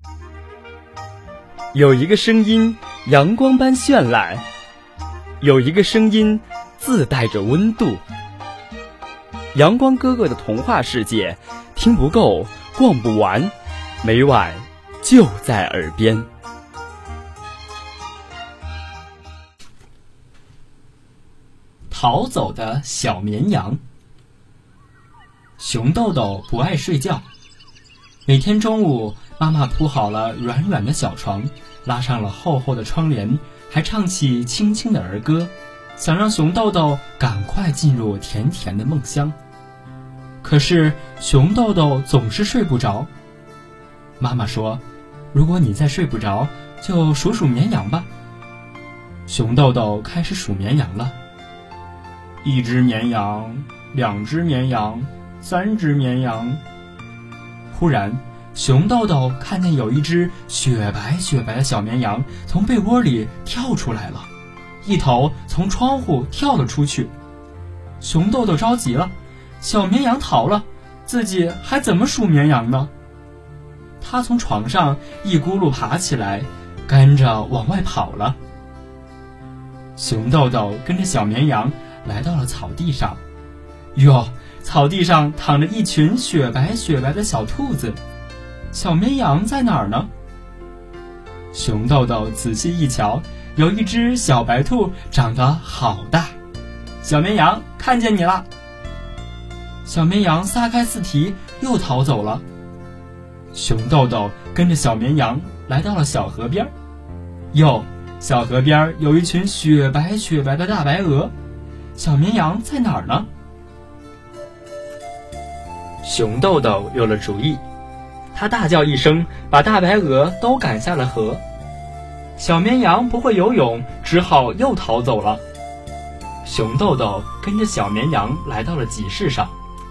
有一个声音阳光般绚烂，有一个声音自带着温度。阳光哥哥的童话世界，听不够，逛不完，每晚就在耳边。 逃走的小绵羊。熊豆豆不爱睡觉，每天中午，妈妈铺好了软软的小床，拉上了厚厚的窗帘，还唱起轻轻的儿歌，想让熊豆豆赶快进入甜甜的梦乡。可是熊豆豆总是睡不着。妈妈说，如果你再睡不着，就数数绵羊吧。熊豆豆开始数绵羊了，1只绵羊，2只绵羊，3只绵羊。忽然熊豆豆看见有一只雪白雪白的小绵羊从被窝里跳出来了，一头从窗户跳了出去。熊豆豆着急了，小绵羊逃了，自己还怎么数绵羊呢？他从床上一咕噜爬起来，跟着往外跑了。熊豆豆跟着小绵羊来到了草地上，哟，草地上躺着一群雪白雪白的小兔子，小绵羊在哪儿呢？熊豆豆仔细一瞧，有一只小白兔长得好大。小绵羊，看见你了。小绵羊撒开四蹄又逃走了。熊豆豆跟着小绵羊来到了小河边，哟，小河边有一群雪白雪白的大白鹅，小绵羊在哪儿呢？熊豆豆有了主意，他大叫一声，把大白鹅都赶下了河。小绵羊不会游泳，只好又逃走了。熊豆豆跟着小绵羊来到了集市上，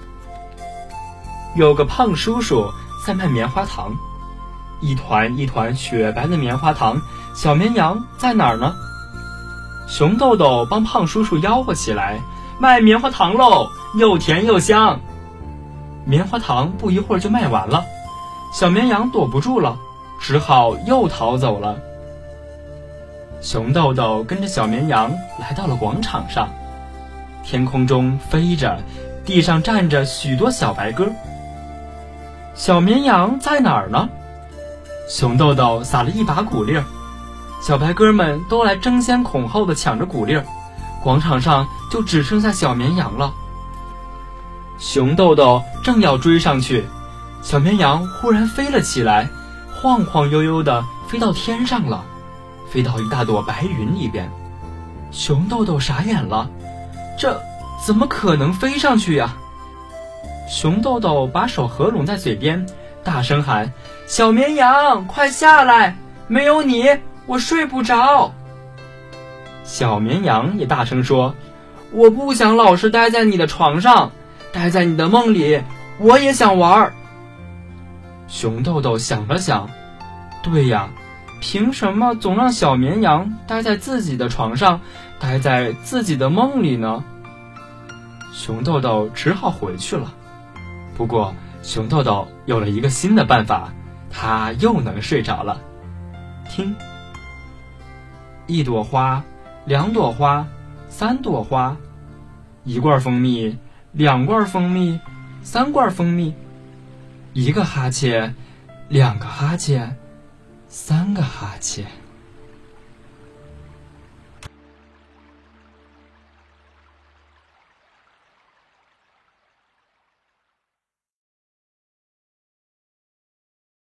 有个胖叔叔在卖棉花糖，一团一团雪白的棉花糖，小绵羊在哪儿呢？熊豆豆帮胖叔叔吆喝起来，卖棉花糖喽，又甜又香。棉花糖不一会儿就卖完了，小绵羊躲不住了，只好又逃走了。熊豆豆跟着小绵羊来到了广场上，天空中飞着，地上站着许多小白鸽。小绵羊在哪儿呢？熊豆豆撒了一把谷粒儿，小白鸽们都来争先恐后地抢着谷粒儿，广场上就只剩下小绵羊了。熊豆豆正要追上去，小绵羊忽然飞了起来，晃晃悠悠地飞到天上了，飞到一大朵白云里边。熊豆豆傻眼了，这怎么可能飞上去呀？熊豆豆把手合拢在嘴边，大声喊，小绵羊快下来，没有你我睡不着。小绵羊也大声说，我不想老是待在你的床上，待在你的梦里，我也想玩。熊豆豆想了想，对呀，凭什么总让小绵羊待在自己的床上，待在自己的梦里呢？熊豆豆只好回去了。不过熊豆豆有了一个新的办法，他又能睡着了。听，一朵花，2朵花，3朵花，1罐蜂蜜，2罐蜂蜜，3罐蜂蜜，1个哈欠，2个哈欠，3个哈欠。